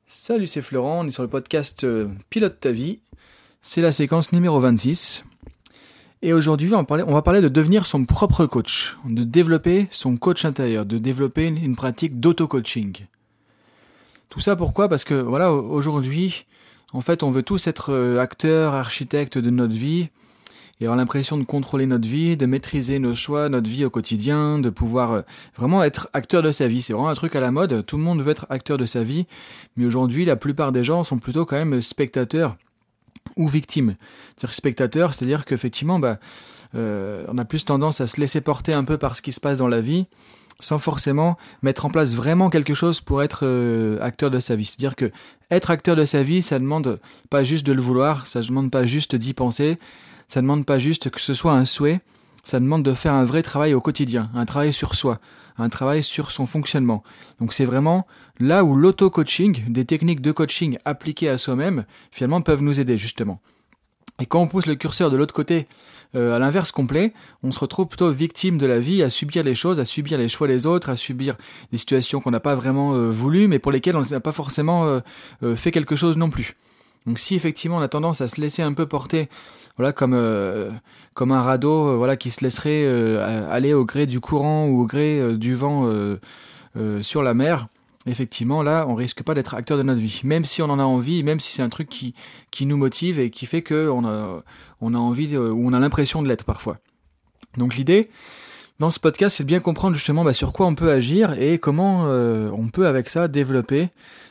Salut, c'est Florent, on est sur le podcast Pilote ta vie. C'est la séquence numéro 26. Et aujourd'hui, on va parler de devenir son propre coach, de développer son coach intérieur, de développer une pratique d'auto-coaching. Tout ça pourquoi ? Parce que voilà, aujourd'hui, en fait, on veut tous être acteurs, architectes de notre vie, et avoir l'impression de contrôler notre vie, de maîtriser nos choix, notre vie au quotidien, de pouvoir vraiment être acteur de sa vie. C'est vraiment un truc à la mode, tout le monde veut être acteur de sa vie, mais aujourd'hui, la plupart des gens sont plutôt quand même spectateurs ou victimes. C'est-à-dire spectateurs, c'est-à-dire qu'effectivement, on a plus tendance à se laisser porter un peu par ce qui se passe dans la vie, sans forcément mettre en place vraiment quelque chose pour être acteur de sa vie. C'est-à-dire que être acteur de sa vie, ça demande pas juste de le vouloir, ça demande pas juste d'y penser, ça demande pas juste que ce soit un souhait, ça demande de faire un vrai travail au quotidien, un travail sur soi, un travail sur son fonctionnement. Donc c'est vraiment là où l'auto-coaching, des techniques de coaching appliquées à soi-même, finalement peuvent nous aider justement. Et quand on pousse le curseur de l'autre côté, à l'inverse complet, on se retrouve plutôt victime de la vie, à subir les choses, à subir les choix des autres, à subir des situations qu'on n'a pas vraiment voulues, mais pour lesquelles on n'a pas forcément fait quelque chose non plus. Donc si effectivement on a tendance à se laisser un peu porter, voilà, comme un radeau, voilà, qui se laisserait aller au gré du courant ou au gré du vent sur la mer, effectivement là on risque pas d'être acteur de notre vie, même si on en a envie, même si c'est un truc qui nous motive et qui fait que on a envie ou on a l'impression de l'être parfois. Donc l'idée dans ce podcast, c'est de bien comprendre justement sur quoi on peut agir et comment on peut avec ça développer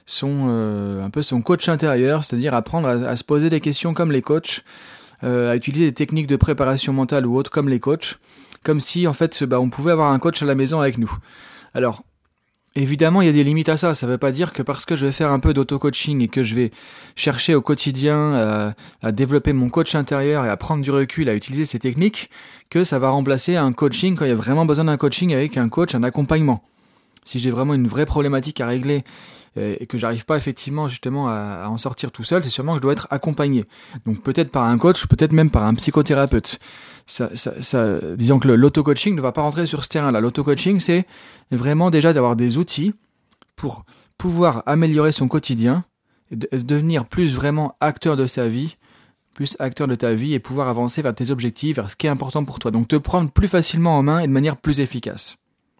un peu son coach intérieur, c'est-à-dire apprendre à se poser des questions comme les coachs, à utiliser des techniques de préparation mentale ou autres comme les coachs, comme si en fait on pouvait avoir un coach à la maison avec nous. Alors évidemment, il y a des limites à ça. Ça ne veut pas dire que parce que je vais faire un peu d'auto-coaching et que je vais chercher au quotidien à développer mon coach intérieur et à prendre du recul, à utiliser ces techniques, que ça va remplacer un coaching quand il y a vraiment besoin d'un coaching avec un coach, un accompagnement. Si j'ai vraiment une vraie problématique à régler et que j'arrive pas effectivement justement à en sortir tout seul, c'est sûrement que je dois être accompagné. Donc peut-être par un coach, peut-être même par un psychothérapeute. Disons que l'auto-coaching ne va pas rentrer sur ce terrain-là. L'auto-coaching, c'est vraiment déjà d'avoir des outils pour pouvoir améliorer son quotidien, et devenir plus vraiment acteur de sa vie, plus acteur de ta vie et pouvoir avancer vers tes objectifs, vers ce qui est important pour toi. Donc te prendre plus facilement en main et de manière plus efficace.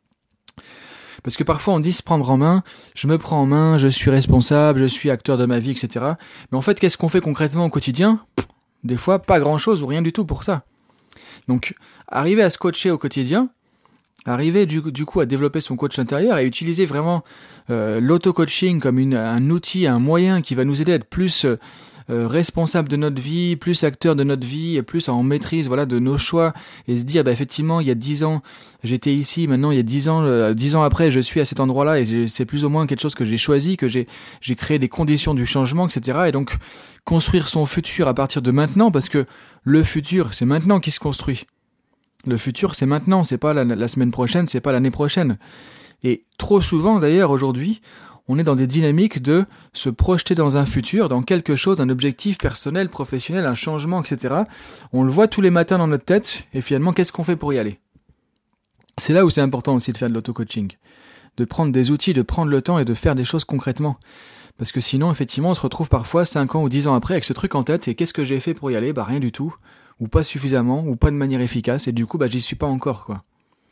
Parce que parfois on dit se prendre en main, je me prends en main, je suis responsable, je suis acteur de ma vie, etc. Mais en fait, qu'est-ce qu'on fait concrètement au quotidien ? Des fois, pas grand-chose ou rien du tout pour ça. Donc, arriver à se coacher au quotidien, arriver du coup à développer son coach intérieur et utiliser vraiment l'auto-coaching comme un outil, un moyen qui va nous aider à être plus responsable de notre vie, plus acteur de notre vie et plus en maîtrise de nos choix et se dire effectivement il y a 10 ans j'étais ici, maintenant il y a 10 ans après je suis à cet endroit-là et c'est plus ou moins quelque chose que j'ai choisi, que j'ai créé les conditions du changement, etc. Et donc construire son futur à partir de maintenant, parce que le futur c'est maintenant qui se construit. Le futur c'est maintenant, c'est pas la semaine prochaine, c'est pas l'année prochaine. Et trop souvent d'ailleurs aujourd'hui, on est dans des dynamiques de se projeter dans un futur, dans quelque chose, un objectif personnel, professionnel, un changement, etc. On le voit tous les matins dans notre tête, et finalement, qu'est-ce qu'on fait pour y aller ? C'est là où c'est important aussi de faire de l'auto-coaching, de prendre des outils, de prendre le temps et de faire des choses concrètement. Parce que sinon, effectivement, on se retrouve parfois 5 ans ou 10 ans après avec ce truc en tête, et qu'est-ce que j'ai fait pour y aller ? Rien du tout, ou pas suffisamment, ou pas de manière efficace, et du coup, j'y suis pas encore, quoi.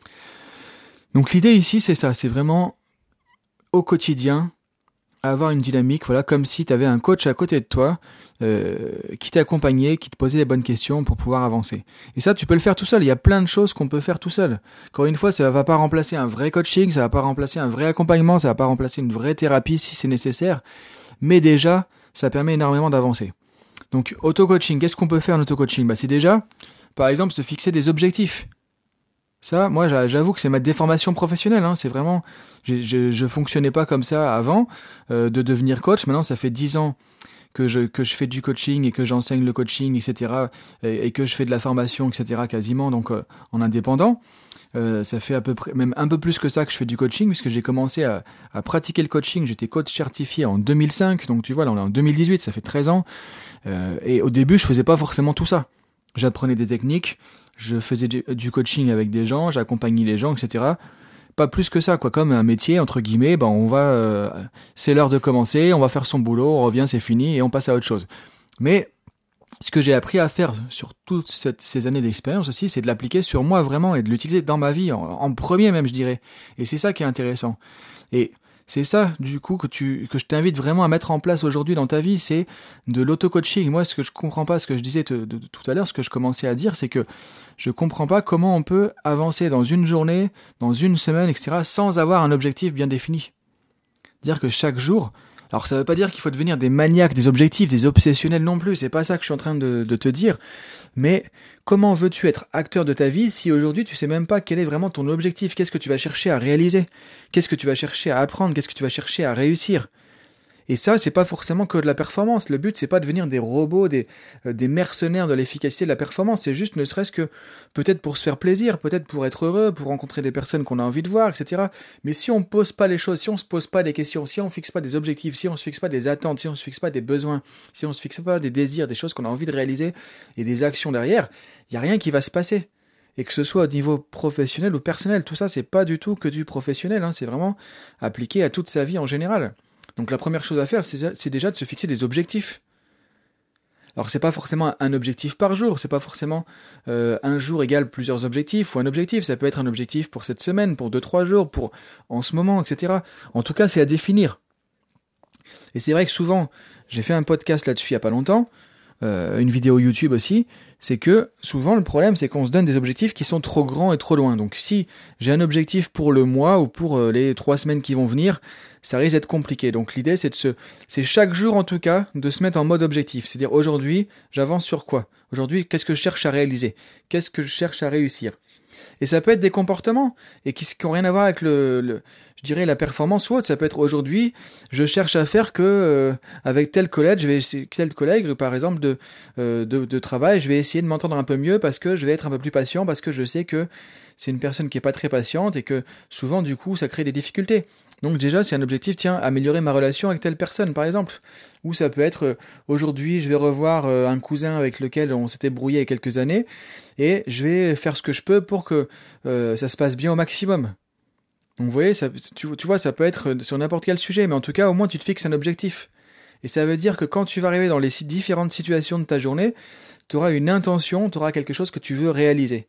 Donc l'idée ici, c'est ça, c'est vraiment au quotidien, avoir une dynamique, comme si tu avais un coach à côté de toi, qui t'accompagnait, qui te posait les bonnes questions pour pouvoir avancer. Et ça, tu peux le faire tout seul. Il y a plein de choses qu'on peut faire tout seul. Encore une fois, ça va pas remplacer un vrai coaching, ça va pas remplacer un vrai accompagnement, ça va pas remplacer une vraie thérapie si c'est nécessaire. Mais déjà, ça permet énormément d'avancer. Donc, auto-coaching, qu'est-ce qu'on peut faire en auto-coaching ? C'est déjà, par exemple, se fixer des objectifs. Ça, moi, j'avoue que c'est ma déformation professionnelle. C'est vraiment, je fonctionnais pas comme ça avant de devenir coach. Maintenant, ça fait 10 ans que je fais du coaching et que j'enseigne le coaching, etc. Et que je fais de la formation, etc. quasiment, donc en indépendant. Ça fait à peu près, même un peu plus que ça que je fais du coaching, puisque j'ai commencé à pratiquer le coaching. J'étais coach certifié en 2005, donc tu vois, là on est en 2018, ça fait 13 ans. Et au début, je faisais pas forcément tout ça. J'apprenais des techniques, je faisais du coaching avec des gens, j'accompagnais les gens, etc. Pas plus que ça, quoi. Comme un métier, entre guillemets, c'est l'heure de commencer, on va faire son boulot, on revient, c'est fini, et on passe à autre chose. Mais ce que j'ai appris à faire sur toutes ces années d'expérience aussi, c'est de l'appliquer sur moi vraiment et de l'utiliser dans ma vie, en premier même, je dirais. Et c'est ça qui est intéressant. Et c'est ça, du coup, que je t'invite vraiment à mettre en place aujourd'hui dans ta vie, c'est de l'auto-coaching. Moi, ce que je comprends pas, ce que je disais tout à l'heure, ce que je commençais à dire, c'est que je comprends pas comment on peut avancer dans une journée, dans une semaine, etc., sans avoir un objectif bien défini. Dire que chaque jour, alors ça veut pas dire qu'il faut devenir des maniaques, des objectifs, des obsessionnels non plus, c'est pas ça que je suis en train de te dire, mais comment veux-tu être acteur de ta vie si aujourd'hui tu sais même pas quel est vraiment ton objectif, qu'est-ce que tu vas chercher à réaliser, qu'est-ce que tu vas chercher à apprendre, qu'est-ce que tu vas chercher à réussir. Et ça, c'est pas forcément que de la performance. Le but, c'est pas de devenir des robots, des mercenaires de l'efficacité de la performance. C'est juste, ne serait-ce que peut-être pour se faire plaisir, peut-être pour être heureux, pour rencontrer des personnes qu'on a envie de voir, etc. Mais si on pose pas les choses, si on se pose pas des questions, si on fixe pas des objectifs, si on se fixe pas des attentes, si on se fixe pas des besoins, si on se fixe pas des désirs, des choses qu'on a envie de réaliser et des actions derrière, il y a rien qui va se passer. Et que ce soit au niveau professionnel ou personnel, tout ça, c'est pas du tout que du professionnel, c'est vraiment appliqué à toute sa vie en général. Donc la première chose à faire, c'est déjà de se fixer des objectifs. Alors c'est pas forcément un objectif par jour, c'est pas forcément un jour égale plusieurs objectifs ou un objectif, ça peut être un objectif pour cette semaine, pour 2-3 jours, pour en ce moment, etc. En tout cas, c'est à définir. Et c'est vrai que souvent, j'ai fait un podcast là-dessus il y a pas longtemps, une vidéo YouTube aussi, c'est que souvent le problème c'est qu'on se donne des objectifs qui sont trop grands et trop loin. Donc si j'ai un objectif pour le mois ou pour les 3 semaines qui vont venir, ça risque d'être compliqué. Donc l'idée c'est chaque jour en tout cas de se mettre en mode objectif. C'est-à-dire aujourd'hui j'avance sur quoi ? Aujourd'hui qu'est-ce que je cherche à réaliser ? Qu'est-ce que je cherche à réussir ? Et ça peut être des comportements et qui n'ont rien à voir avec je dirais la performance ou autre. Ça peut être aujourd'hui, je cherche à faire que avec tel collègue par exemple de travail, je vais essayer de m'entendre un peu mieux parce que je vais être un peu plus patient parce que je sais que c'est une personne qui est pas très patiente et que souvent du coup ça crée des difficultés. Donc déjà, c'est un objectif, améliorer ma relation avec telle personne, par exemple. Ou ça peut être, aujourd'hui, je vais revoir un cousin avec lequel on s'était brouillé il y a quelques années, et je vais faire ce que je peux pour que ça se passe bien au maximum. Donc vous voyez, tu vois, ça peut être sur n'importe quel sujet, mais en tout cas, au moins, tu te fixes un objectif. Et ça veut dire que quand tu vas arriver dans les différentes situations de ta journée, tu auras une intention, tu auras quelque chose que tu veux réaliser.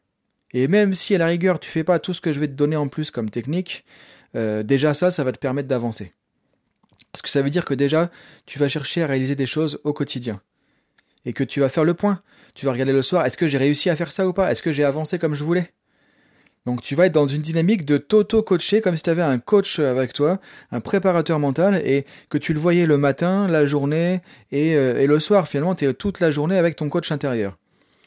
Et même si, à la rigueur, tu fais pas tout ce que je vais te donner en plus comme technique, déjà ça va te permettre d'avancer. Parce que ça veut dire que déjà, tu vas chercher à réaliser des choses au quotidien. Et que tu vas faire le point. Tu vas regarder le soir, est-ce que j'ai réussi à faire ça ou pas ? Est-ce que j'ai avancé comme je voulais ? Donc tu vas être dans une dynamique de t'auto-coacher, comme si tu avais un coach avec toi, un préparateur mental, et que tu le voyais le matin, la journée, et le soir. Finalement, tu es toute la journée avec ton coach intérieur.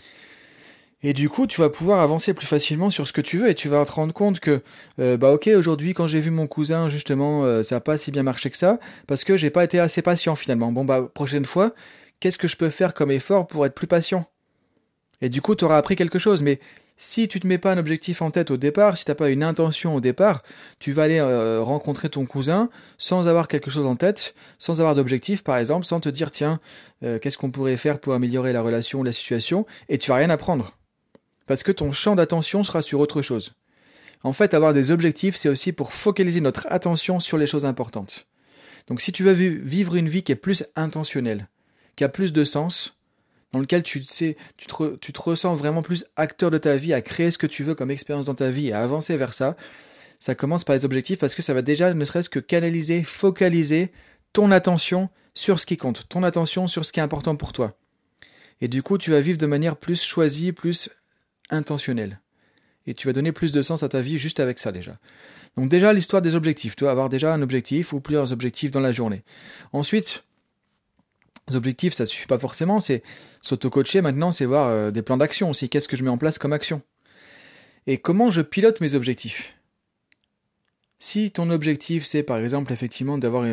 Et du coup, tu vas pouvoir avancer plus facilement sur ce que tu veux et tu vas te rendre compte que, ok, aujourd'hui, quand j'ai vu mon cousin, justement, ça n'a pas si bien marché que ça, parce que j'ai pas été assez patient finalement. Prochaine fois, qu'est-ce que je peux faire comme effort pour être plus patient ? Et du coup, tu auras appris quelque chose. Mais si tu te mets pas un objectif en tête au départ, si tu n'as pas une intention au départ, tu vas aller rencontrer ton cousin sans avoir quelque chose en tête, sans avoir d'objectif par exemple, sans te dire, tiens, qu'est-ce qu'on pourrait faire pour améliorer la relation ou la situation, et tu vas rien apprendre. Parce que ton champ d'attention sera sur autre chose. En fait, avoir des objectifs, c'est aussi pour focaliser notre attention sur les choses importantes. Donc si tu veux vivre une vie qui est plus intentionnelle, qui a plus de sens, dans lequel tu te ressens vraiment plus acteur de ta vie, à créer ce que tu veux comme expérience dans ta vie et à avancer vers ça, ça commence par les objectifs parce que ça va déjà ne serait-ce que canaliser, focaliser ton attention sur ce qui compte, ton attention sur ce qui est important pour toi. Et du coup, tu vas vivre de manière plus choisie, plus intentionnel. Et tu vas donner plus de sens à ta vie juste avec ça déjà. Donc déjà l'histoire des objectifs, tu vas avoir déjà un objectif ou plusieurs objectifs dans la journée. Ensuite, les objectifs ça suffit pas forcément, c'est s'auto-coacher maintenant, c'est voir des plans d'action aussi, qu'est-ce que je mets en place comme action. Et comment je pilote mes objectifs. Si ton objectif c'est par exemple effectivement d'avoir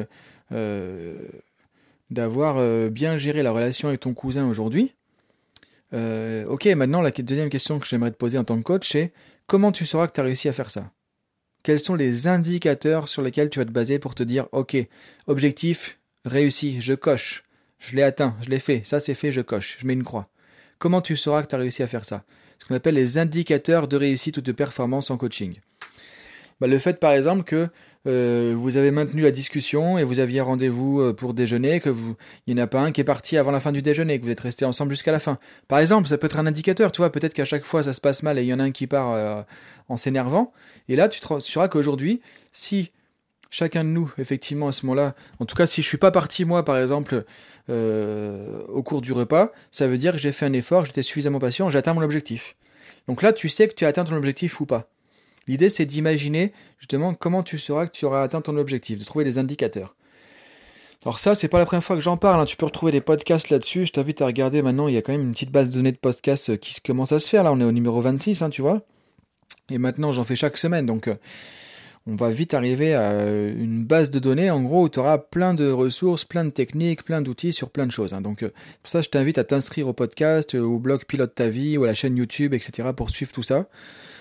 bien géré la relation avec ton cousin aujourd'hui, ok, maintenant la deuxième question que j'aimerais te poser en tant que coach, c'est comment tu sauras que tu as réussi à faire ça ? Quels sont les indicateurs sur lesquels tu vas te baser pour te dire, ok, objectif réussi, je coche, je l'ai atteint, je l'ai fait, ça c'est fait, je coche, je mets une croix. Comment tu sauras que tu as réussi à faire ça ? Ce qu'on appelle les indicateurs de réussite ou de performance en coaching. Le fait par exemple que vous avez maintenu la discussion et vous aviez rendez-vous pour déjeuner, il n'y en a pas un qui est parti avant la fin du déjeuner, que vous êtes restés ensemble jusqu'à la fin. Par exemple, ça peut être un indicateur, tu vois, peut-être qu'à chaque fois ça se passe mal et il y en a un qui part en s'énervant. Et là, tu sauras qu'aujourd'hui, si chacun de nous, effectivement, à ce moment-là, en tout cas, si je suis pas parti, moi, par exemple, au cours du repas, ça veut dire que j'ai fait un effort, j'étais suffisamment patient, j'ai atteint mon objectif. Donc là, tu sais que tu as atteint ton objectif ou pas. L'idée, c'est d'imaginer, justement, comment tu sauras que tu auras atteint ton objectif, de trouver des indicateurs. Alors ça, c'est pas la première fois que j'en parle, hein. Tu peux retrouver des podcasts là-dessus, je t'invite à regarder maintenant, il y a quand même une petite base de données de podcasts qui commence à se faire, là, on est au numéro 26, hein, tu vois. Et maintenant, j'en fais chaque semaine, donc on va vite arriver à une base de données, en gros, où tu auras plein de ressources, plein de techniques, plein d'outils sur plein de choses, hein. Donc pour ça, je t'invite à t'inscrire au podcast, au blog Pilote ta vie, ou à la chaîne YouTube, etc. pour suivre tout ça.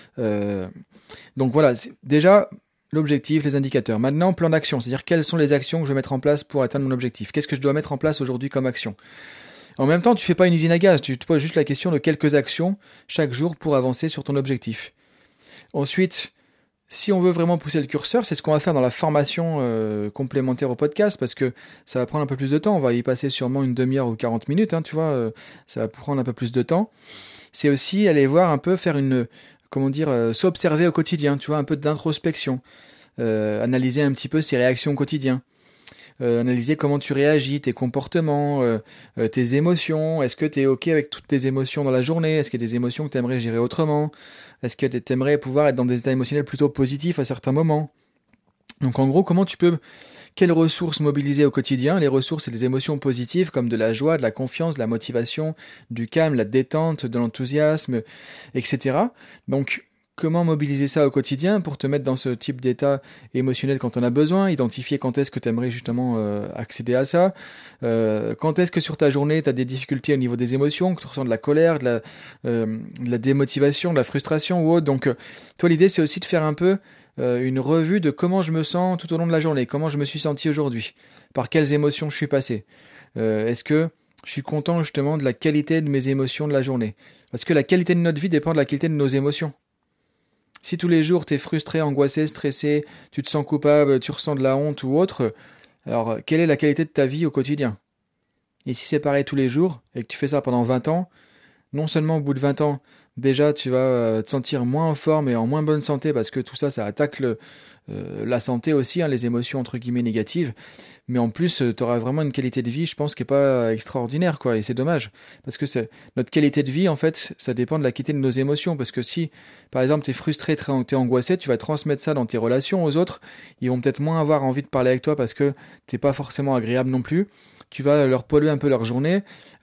Donc voilà, déjà, l'objectif, les indicateurs. Maintenant, plan d'action, c'est-à-dire quelles sont les actions que je vais mettre en place pour atteindre mon objectif. Qu'est-ce que je dois mettre en place aujourd'hui comme action? En même temps, tu fais pas une usine à gaz, tu te poses juste la question de quelques actions chaque jour pour avancer sur ton objectif. Ensuite, si on veut vraiment pousser le curseur, c'est ce qu'on va faire dans la formation complémentaire au podcast, parce que ça va prendre un peu plus de temps, on va y passer sûrement une demi-heure ou 40 minutes, hein, tu vois, ça va prendre un peu plus de temps. C'est aussi aller voir un peu, faire s'observer au quotidien, tu vois, un peu d'introspection, analyser un petit peu ses réactions au quotidien. Analyser comment tu réagis, tes comportements, tes émotions. Est-ce que tu es OK avec toutes tes émotions dans la journée? Est-ce qu'il y a des émotions que tu aimerais gérer autrement? Est-ce que tu aimerais pouvoir être dans des états émotionnels plutôt positifs à certains moments? Donc en gros, quelles ressources mobiliser au quotidien? Les ressources et les émotions positives comme de la joie, de la confiance, de la motivation, du calme, la détente, de l'enthousiasme, etc. Donc comment mobiliser ça au quotidien pour te mettre dans ce type d'état émotionnel quand on a besoin, identifier quand est-ce que tu aimerais justement accéder à ça, quand est-ce que sur ta journée tu as des difficultés au niveau des émotions, que tu ressens de la colère, de la démotivation, de la frustration ou autre. Donc toi l'idée c'est aussi de faire un peu une revue de comment je me sens tout au long de la journée, comment je me suis senti aujourd'hui, par quelles émotions je suis passé. Est-ce que je suis content justement de la qualité de mes émotions de la journée? Parce que la qualité de notre vie dépend de la qualité de nos émotions. Si tous les jours tu es frustré, angoissé, stressé, tu te sens coupable, tu ressens de la honte ou autre, alors quelle est la qualité de ta vie au quotidien? Et si c'est pareil tous les jours, et que tu fais ça pendant 20 ans, non seulement au bout de 20 ans, déjà tu vas te sentir moins en forme et en moins bonne santé, parce que tout ça, ça attaque la santé aussi, hein, les émotions entre guillemets négatives, mais en plus tu auras vraiment une qualité de vie, je pense, qui est pas extraordinaire, quoi, et c'est dommage, parce que notre qualité de vie, en fait, ça dépend de la qualité de nos émotions, parce que si, par exemple, tu es frustré, tu es angoissé, tu vas transmettre ça dans tes relations aux autres, ils vont peut-être moins avoir envie de parler avec toi, parce que t'es pas forcément agréable non plus, tu vas leur polluer un peu leur journée,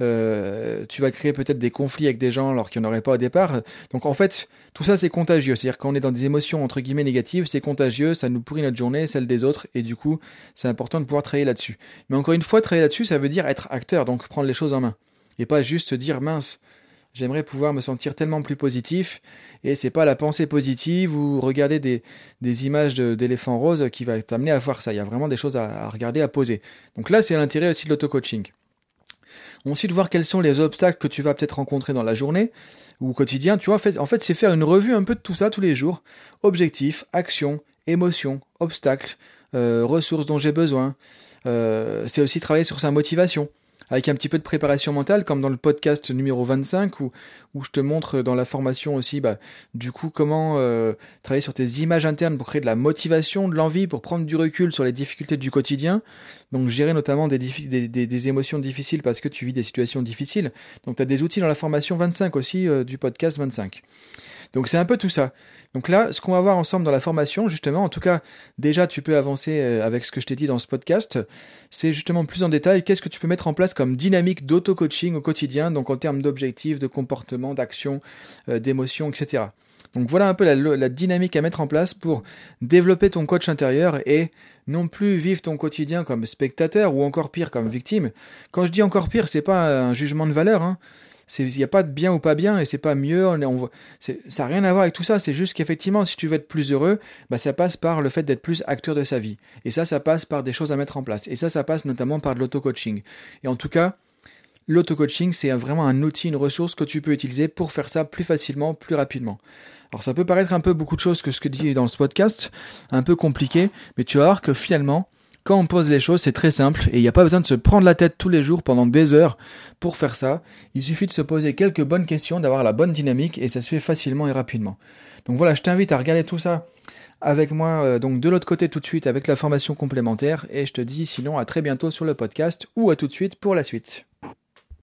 tu vas créer peut-être des conflits avec des gens alors qu'il n'y en aurait pas au départ. Donc en fait, tout ça c'est contagieux, c'est-à-dire quand on est dans des émotions entre guillemets négatives, c'est contagieux, ça nous pourrit notre journée, celle des autres, et du coup c'est important de pouvoir travailler là-dessus. Mais encore une fois, travailler là-dessus, ça veut dire être acteur, donc prendre les choses en main, et pas juste se dire mince, j'aimerais pouvoir me sentir tellement plus positif, et c'est pas la pensée positive ou regarder des images d'éléphants roses qui va t'amener à voir ça. Il y a vraiment des choses à regarder, à poser. Donc là, c'est l'intérêt aussi de l'auto-coaching. Ensuite, voir quels sont les obstacles que tu vas peut-être rencontrer dans la journée ou au quotidien. Tu vois, en fait, c'est faire une revue un peu de tout ça tous les jours. Objectifs, actions, émotions, obstacles, ressources dont j'ai besoin. C'est aussi travailler sur sa motivation, avec un petit peu de préparation mentale, comme dans le podcast numéro 25, où je te montre dans la formation aussi, du coup, comment travailler sur tes images internes pour créer de la motivation, de l'envie, pour prendre du recul sur les difficultés du quotidien. Donc, gérer notamment des émotions difficiles parce que tu vis des situations difficiles. Donc, tu as des outils dans la formation 25 aussi, du podcast 25. Donc, c'est un peu tout ça. Donc là, ce qu'on va voir ensemble dans la formation, justement, en tout cas, déjà, tu peux avancer avec ce que je t'ai dit dans ce podcast, c'est justement plus en détail, qu'est-ce que tu peux mettre en place comme dynamique d'auto-coaching au quotidien, donc en termes d'objectifs, de comportement, d'action, d'émotions, etc. Donc voilà un peu la dynamique à mettre en place pour développer ton coach intérieur et non plus vivre ton quotidien comme spectateur ou encore pire comme victime. Quand je dis encore pire, c'est pas un jugement de valeur, hein. Il n'y a pas de bien ou pas bien et c'est pas mieux, ça n'a rien à voir avec tout ça, c'est juste qu'effectivement si tu veux être plus heureux, ça passe par le fait d'être plus acteur de sa vie, et ça passe par des choses à mettre en place, et ça passe notamment par de l'auto-coaching. Et en tout cas, l'auto-coaching, c'est vraiment un outil, une ressource que tu peux utiliser pour faire ça plus facilement, plus rapidement. Alors ça peut paraître un peu beaucoup de choses que ce que dit dans ce podcast, un peu compliqué, mais tu vas voir que finalement, quand on pose les choses, c'est très simple et il n'y a pas besoin de se prendre la tête tous les jours pendant des heures pour faire ça. Il suffit de se poser quelques bonnes questions, d'avoir la bonne dynamique et ça se fait facilement et rapidement. Donc voilà, je t'invite à regarder tout ça avec moi, donc de l'autre côté tout de suite avec la formation complémentaire et je te dis sinon à très bientôt sur le podcast ou à tout de suite pour la suite.